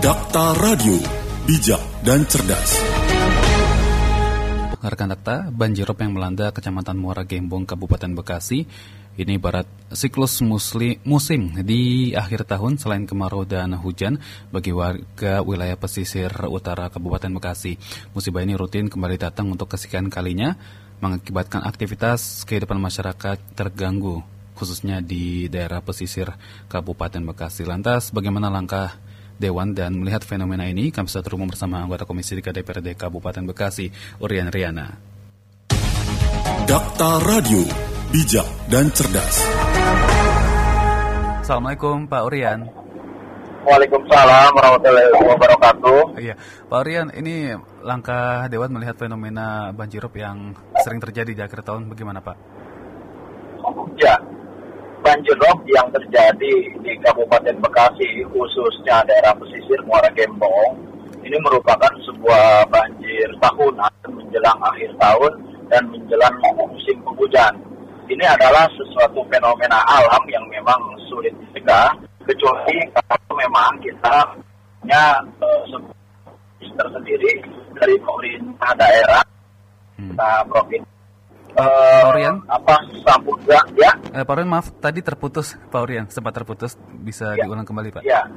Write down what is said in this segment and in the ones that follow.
Dakta Radio, bijak dan cerdas. Rekan Dakta, banjirop yang melanda Kecamatan Muara Gembong, Kabupaten Bekasi, ini ibarat siklus musim di akhir tahun selain kemarau dan hujan bagi warga wilayah pesisir utara Kabupaten Bekasi. Musibah ini rutin kembali datang untuk kesekian kalinya, mengakibatkan aktivitas kehidupan masyarakat terganggu, khususnya di daerah pesisir Kabupaten Bekasi. Lantas, bagaimana langkah Dewan dan melihat fenomena ini, kami sudah terhubung bersama anggota Komisi 3 DPRD Kabupaten Bekasi, Urian Riana. Dakta Radio, bijak dan cerdas. Assalamualaikum Pak Urian. Waalaikumsalam warahmatullahi wabarakatuh. Iya, Pak Urian, ini langkah Dewan melihat fenomena banjirop yang sering terjadi di akhir tahun, bagaimana Pak? Ya, banjirop yang terjadi di Kabupaten Bekasi, khususnya daerah pesisir Muara Gembong, ini merupakan sebuah banjir tahunan menjelang akhir tahun dan menjelang musim penghujan. Ini adalah sesuatu fenomena alam yang memang sulit dicegah, kecuali kalau memang kita punya tersendiri dari pemerintah daerah, provinsi. Pak Urian? Samudra, ya? Pak Urian, maaf, tadi terputus, Pak Urian, sempat terputus, bisa diulang kembali, Pak? Ya.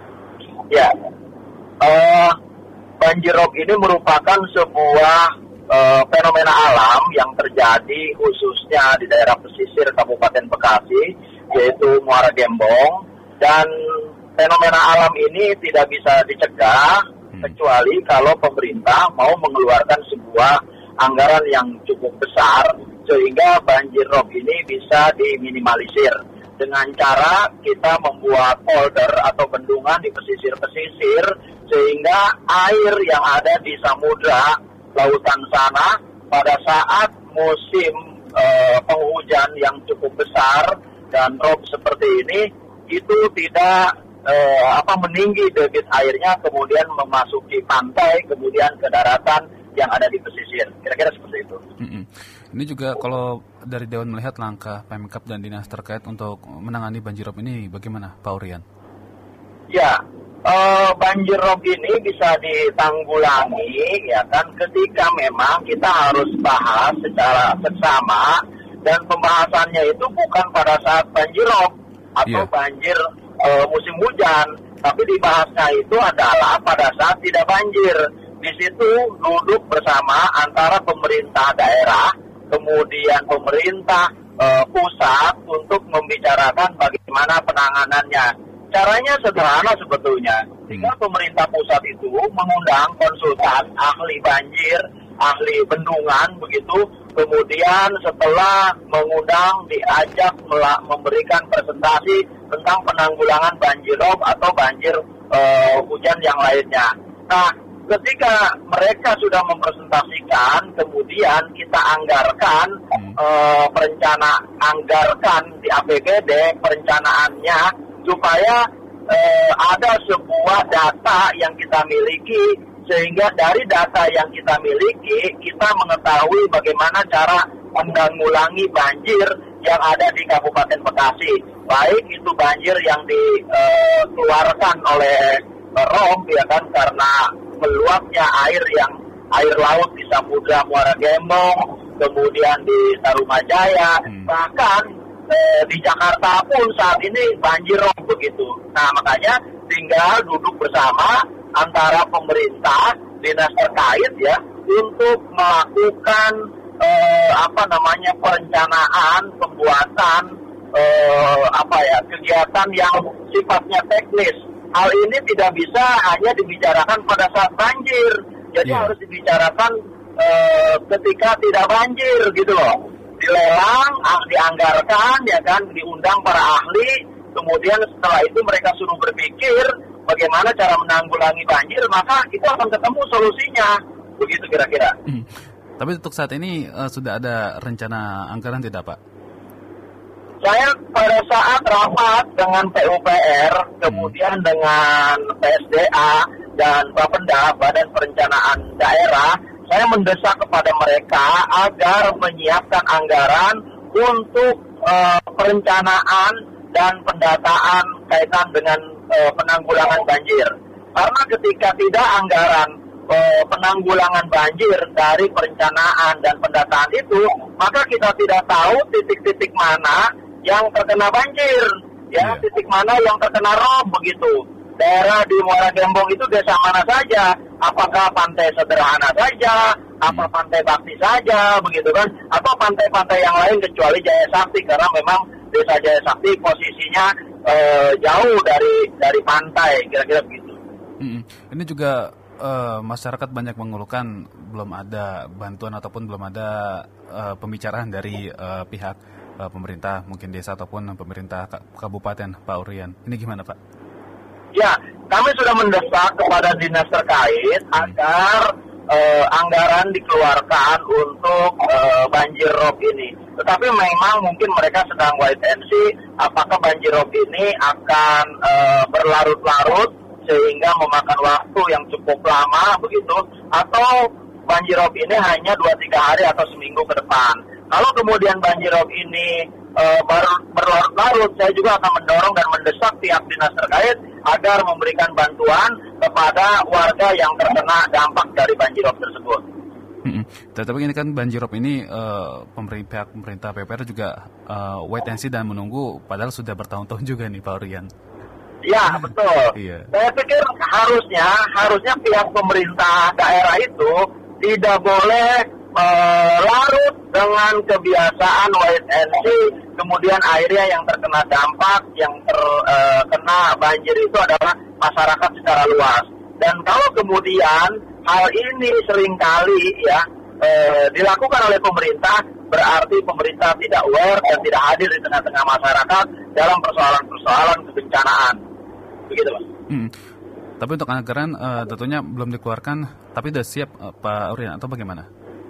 Banjirop ini merupakan sebuah fenomena alam yang terjadi khususnya di daerah pesisir Kabupaten Bekasi, yaitu Muara Gembong, dan fenomena alam ini tidak bisa dicegah, kecuali kalau pemerintah mau mengeluarkan sebuah anggaran yang cukup besar sehingga banjirop ini bisa diminimalisir dengan cara kita membuat polder atau bendungan di pesisir-pesisir sehingga air yang ada di samudra lautan sana pada saat musim penghujan yang cukup besar dan rob seperti ini itu tidak meninggi debit airnya kemudian memasuki pantai kemudian ke daratan yang ada di pesisir, kira-kira seperti itu. Ini juga kalau dari Dewan melihat langkah Pemkab dan dinas terkait untuk menangani banjirop ini bagaimana, Pak Urian? Ya, banjirop ini bisa ditanggulangi, ya kan, ketika memang kita harus bahas secara seksama dan pembahasannya itu bukan pada saat banjirop atau banjir musim hujan, tapi dibahasnya itu adalah pada saat tidak banjir. Di situ duduk bersama antara pemerintah daerah, kemudian pemerintah pusat untuk membicarakan bagaimana penanganannya. Caranya sederhana sebetulnya. Tinggal pemerintah pusat itu mengundang konsultan, ahli banjir, ahli bendungan, begitu. Kemudian setelah mengundang, diajak memberikan presentasi tentang penanggulangan banjirop atau banjir hujan yang lainnya. Nah, ketika mereka sudah mempresentasikan, kemudian kita anggarkan, anggarkan di APBD perencanaannya supaya ada sebuah data yang kita miliki, sehingga dari data yang kita miliki kita mengetahui bagaimana cara menanggulangi banjir yang ada di Kabupaten Bekasi, baik itu banjir yang dikeluarkan oleh rob, ya kan, karena meluapnya air laut di Samudra Muara Gembong, kemudian di Tarumajaya, bahkan di Jakarta pun saat ini banjirop begitu. Nah, makanya tinggal duduk bersama antara pemerintah, dinas terkait ya, untuk melakukan perencanaan, pembuatan kegiatan yang sifatnya teknis. Hal ini tidak bisa hanya dibicarakan pada saat banjir, jadi harus dibicarakan ketika tidak banjir gitu loh. Dilelang, dianggarkan, ya kan, diundang para ahli, kemudian setelah itu mereka suruh berpikir bagaimana cara menanggulangi banjir, maka itu akan ketemu solusinya, begitu kira-kira. Tapi untuk saat ini sudah ada rencana anggaran tidak, Pak? Saya pada saat rapat dengan PUPR, kemudian dengan PSDA dan Bapenda, Badan Perencanaan Daerah, saya mendesak kepada mereka agar menyiapkan anggaran untuk perencanaan dan pendataan kaitan dengan penanggulangan banjir. Karena ketika tidak anggaran penanggulangan banjir dari perencanaan dan pendataan itu, maka kita tidak tahu titik-titik mana yang terkena banjir, titik mana yang terkena rob begitu. Daerah di Muara Gembong itu desa mana saja? Apakah pantai sederhana saja? Apa pantai bakti saja? Begitu kan? Atau pantai-pantai yang lain kecuali Jaya Sakti, karena memang desa Jaya Sakti posisinya jauh dari pantai, kira-kira begitu. Ini juga masyarakat banyak mengeluhkan belum ada bantuan ataupun belum ada pembicaraan dari pihak pemerintah, mungkin desa ataupun pemerintah kabupaten, Pak Urian. Ini gimana, Pak? Ya, kami sudah mendesak kepada dinas terkait agar anggaran dikeluarkan untuk banjir rob ini. Tetapi memang mungkin mereka sedang wait and see apakah banjir rob ini akan berlarut-larut sehingga memakan waktu yang cukup lama begitu, atau banjir rob ini hanya 2-3 hari atau seminggu ke depan. Kalau kemudian banjir rob ini berlarut-larut, saya juga akan mendorong dan mendesak pihak dinas terkait agar memberikan bantuan kepada warga yang terkena dampak dari banjirop tersebut. Tetapi ini kan banjirop ini pihak pemerintah PPR juga wait and see dan menunggu, padahal sudah bertahun-tahun juga nih, Pak Urian. Ya, betul. Iya. Saya pikir harusnya pihak pemerintah daerah itu tidak boleh larut dengan kebiasaan wait and see, kemudian akhirnya yang terkena dampak, yang terkena banjir itu adalah masyarakat secara luas. Dan kalau kemudian hal ini seringkali dilakukan oleh pemerintah, berarti pemerintah tidak aware dan tidak hadir di tengah-tengah masyarakat dalam persoalan-persoalan kebencanaan. Begitu, Pak. Tapi untuk anggaran tentunya belum dikeluarkan, tapi sudah siap, Pak Urian, atau bagaimana?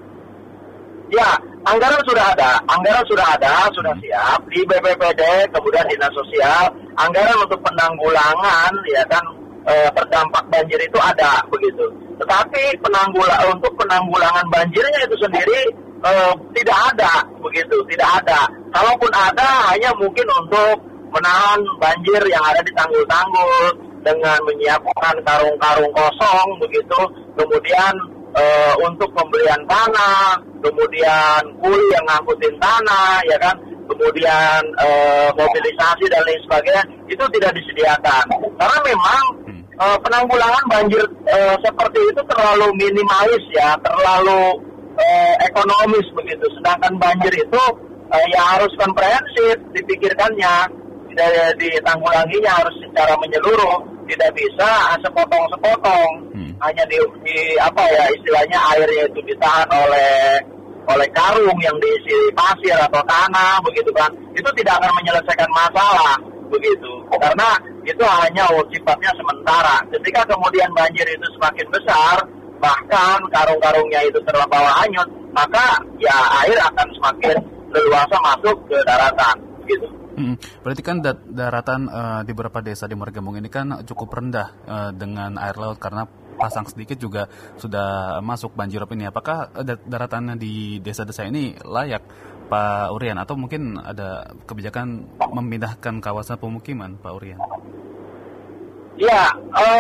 Ya, anggaran sudah ada, sudah siap di BPPD, kemudian Dinas Sosial, anggaran untuk penanggulangan terdampak banjir itu ada begitu. Tetapi untuk penanggulangan banjirnya itu sendiri tidak ada begitu, tidak ada. Kalaupun ada, hanya mungkin untuk menahan banjir yang ada di tanggul-tanggul dengan menyiapkan karung-karung kosong begitu, kemudian untuk pembelian tanah, kemudian kuli yang ngangkutin tanah, kemudian mobilisasi dan lain sebagainya, itu tidak disediakan. Karena memang penanggulangan banjir seperti itu terlalu minimalis terlalu ekonomis begitu. Sedangkan banjir itu harus komprehensif dipikirkannya, ditanggulanginya harus secara menyeluruh, tidak bisa sepotong-sepotong. Hanya istilahnya airnya itu ditahan oleh karung yang diisi pasir atau tanah begitu kan, itu tidak akan menyelesaikan masalah begitu, karena itu hanya sifatnya sementara. Ketika kemudian banjir itu semakin besar, bahkan karung-karungnya itu terbawa hanyut, maka air akan semakin leluasa masuk ke daratan gitu. Berarti kan daratan di beberapa desa di Muara Gembong ini kan cukup rendah dengan air laut, karena pasang sedikit juga sudah masuk banjirop ini. Apakah daratannya di desa-desa ini layak, Pak Urian, atau mungkin ada kebijakan memindahkan kawasan pemukiman, Pak Urian? Ya,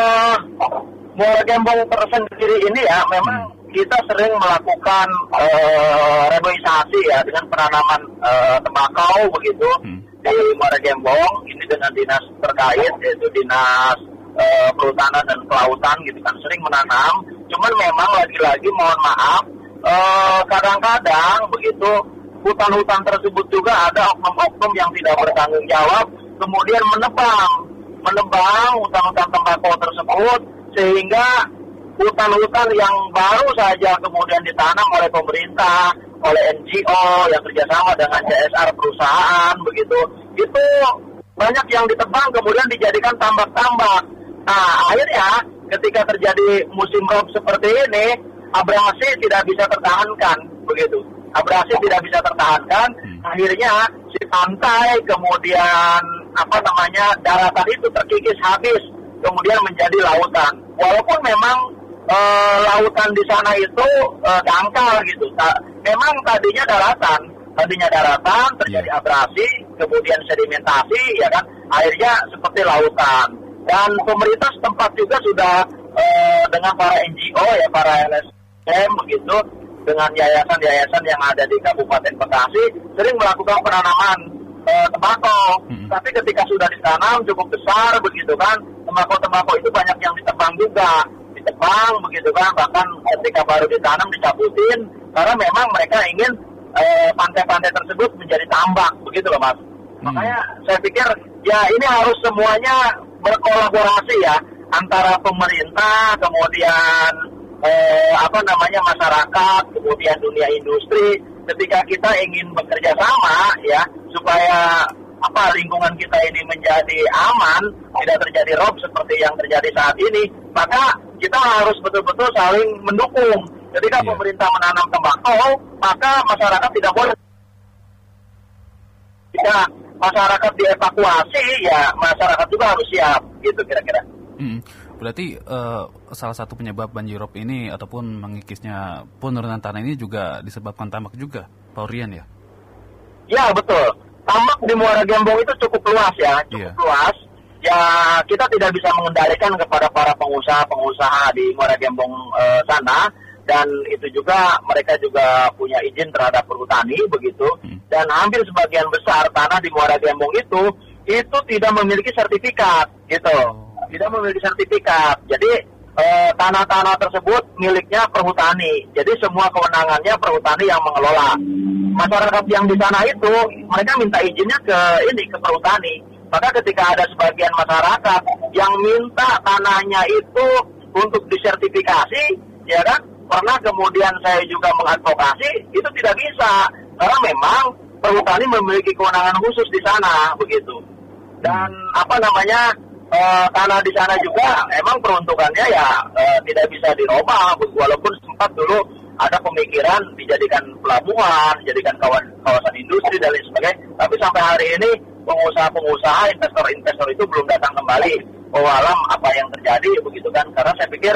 Muara Gembong tersendiri ini memang kita sering melakukan reboisasi dengan penanaman tembakau begitu di Muara Gembong ini dengan dinas terkait, yaitu dinas Perhutanan dan Kelautan gitu kan, sering menanam. Cuman memang lagi-lagi mohon maaf, kadang-kadang begitu hutan-hutan tersebut juga ada oknum-oknum yang tidak bertanggung jawab, kemudian menebang hutan-hutan tembakau tersebut, sehingga hutan-hutan yang baru saja kemudian ditanam oleh pemerintah, oleh NGO yang kerjasama dengan CSR perusahaan begitu, itu banyak yang ditebang kemudian dijadikan tambak-tambak. Nah, akhirnya ketika terjadi musim rob seperti ini, abrasi tidak bisa tertahankan begitu. Abrasi tidak bisa tertahankan, akhirnya si pantai kemudian daratan itu terkikis habis, kemudian menjadi lautan. Walaupun memang lautan di sana itu dangkal gitu. Memang tadinya daratan terjadi abrasi, kemudian sedimentasi, akhirnya seperti lautan. Dan pemerintah setempat juga sudah dengan para NGO ya, para LSM begitu, dengan yayasan-yayasan yang ada di Kabupaten Bekasi sering melakukan penanaman tembakau. Tapi ketika sudah ditanam cukup besar begitu kan, tembakau itu banyak yang ditebang juga, begitu kan, bahkan ketika baru ditanam dicabutin karena memang mereka ingin pantai-pantai tersebut menjadi tambak begitu loh Mas. Makanya saya pikir ya ini harus semuanya berkolaborasi ya, antara pemerintah, kemudian masyarakat, kemudian dunia industri. Ketika kita ingin bekerja sama ya, supaya lingkungan kita ini menjadi aman, tidak terjadi rob seperti yang terjadi saat ini, maka kita harus betul-betul saling mendukung. Ketika pemerintah menanam tembakau, maka masyarakat tidak boleh. Jika masyarakat dievakuasi, ya masyarakat juga harus siap, gitu kira-kira. Berarti salah satu penyebab banjirop ini ataupun mengikisnya penurunan tanah ini juga disebabkan tambak juga, Pak Urian ya? Ya betul. Tambak di Muara Gembong itu cukup luas ya, luas. Ya kita tidak bisa mengendalikan kepada para pengusaha-pengusaha di Muara Gembong sana, dan itu juga mereka juga punya izin terhadap perhutani begitu. Dan hampir sebagian besar tanah di Muara Gembong itu tidak memiliki sertifikat gitu. Tidak memiliki sertifikat. Jadi tanah-tanah tersebut miliknya perhutani. Jadi semua kewenangannya perhutani yang mengelola. Masyarakat yang di sana itu mereka minta izinnya ke perhutani. Maka ketika ada sebagian masyarakat yang minta tanahnya itu untuk disertifikasi, ya kan? Pernah kemudian saya juga mengadvokasi, itu tidak bisa karena memang perhutani memiliki kewenangan khusus di sana begitu. Dan tanah di sana juga emang peruntukannya ya tidak bisa dirubah, walaupun sempat dulu ada pemikiran dijadikan pelabuhan, dijadikan kawasan industri dan lain sebagainya. Tapi sampai hari ini pengusaha-pengusaha, investor-investor itu belum datang kembali alam apa yang terjadi begitu kan. Karena saya pikir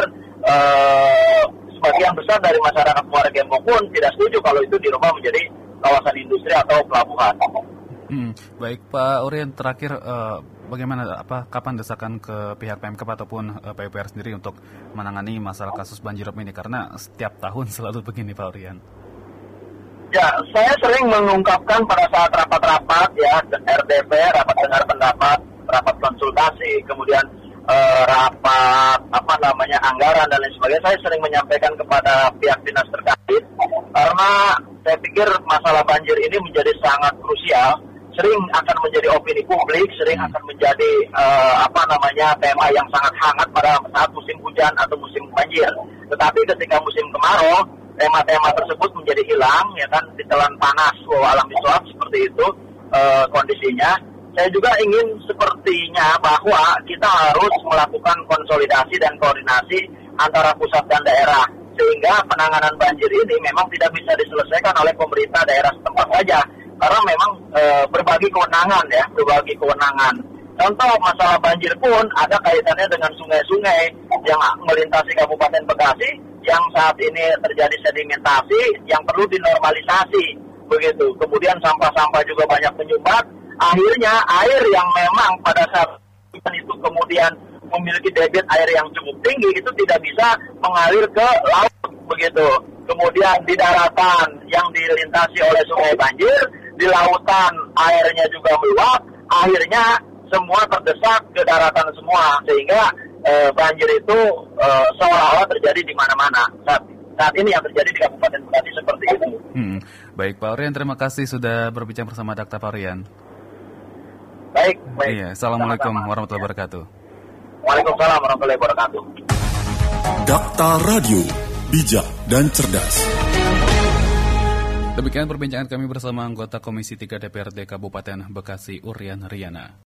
sebagian besar dari masyarakat Muara Gembong pun tidak setuju kalau itu dirubah menjadi kawasan industri atau pelabuhan. Baik Pak Urian, terakhir bagaimana kapan desakan ke pihak Pemkab ataupun PUPR sendiri untuk menangani masalah kasus banjirop ini, karena setiap tahun selalu begini Pak Urian? Ya, saya sering mengungkapkan pada saat rapat-rapat ya, RDP, rapat dengar pendapat, rapat konsultasi, kemudian rapat anggaran dan lain sebagainya. Saya sering menyampaikan kepada pihak dinas terkait karena saya pikir masalah banjir ini menjadi sangat krusial. Sering akan menjadi opini publik, sering akan menjadi tema yang sangat hangat pada saat musim hujan atau musim banjir. Tetapi ketika musim kemarau, tema-tema tersebut menjadi hilang, ya kan, ditelan panas, alam isuap seperti itu kondisinya. Saya juga ingin sepertinya bahwa kita harus melakukan konsolidasi dan koordinasi antara pusat dan daerah, sehingga penanganan banjir ini memang tidak bisa diselesaikan oleh pemerintah daerah setempat saja. Karena memang berbagi kewenangan. Contoh masalah banjir pun ada kaitannya dengan sungai-sungai yang melintasi Kabupaten Bekasi yang saat ini terjadi sedimentasi yang perlu dinormalisasi begitu. Kemudian sampah-sampah juga banyak menyumbat. Akhirnya air yang memang pada saat itu kemudian memiliki debit air yang cukup tinggi itu tidak bisa mengalir ke laut begitu. Kemudian di daratan yang dilintasi oleh sungai banjir, di lautan airnya juga meluap, akhirnya semua terdesak ke daratan semua, sehingga banjir itu seolah-olah terjadi di mana-mana. Saat ini yang terjadi di Kabupaten Bekasi seperti itu. Baik Pak Urian, terima kasih sudah berbincang bersama Dakta Pak Urian. Baik. Iya, Assalamualaikum warahmatullahi wabarakatuh. Waalaikumsalam warahmatullahi wabarakatuh. Dakta Radio, bijak dan cerdas. Demikian perbincangan kami bersama anggota Komisi 3 DPRD Kabupaten Bekasi, Urian Riana.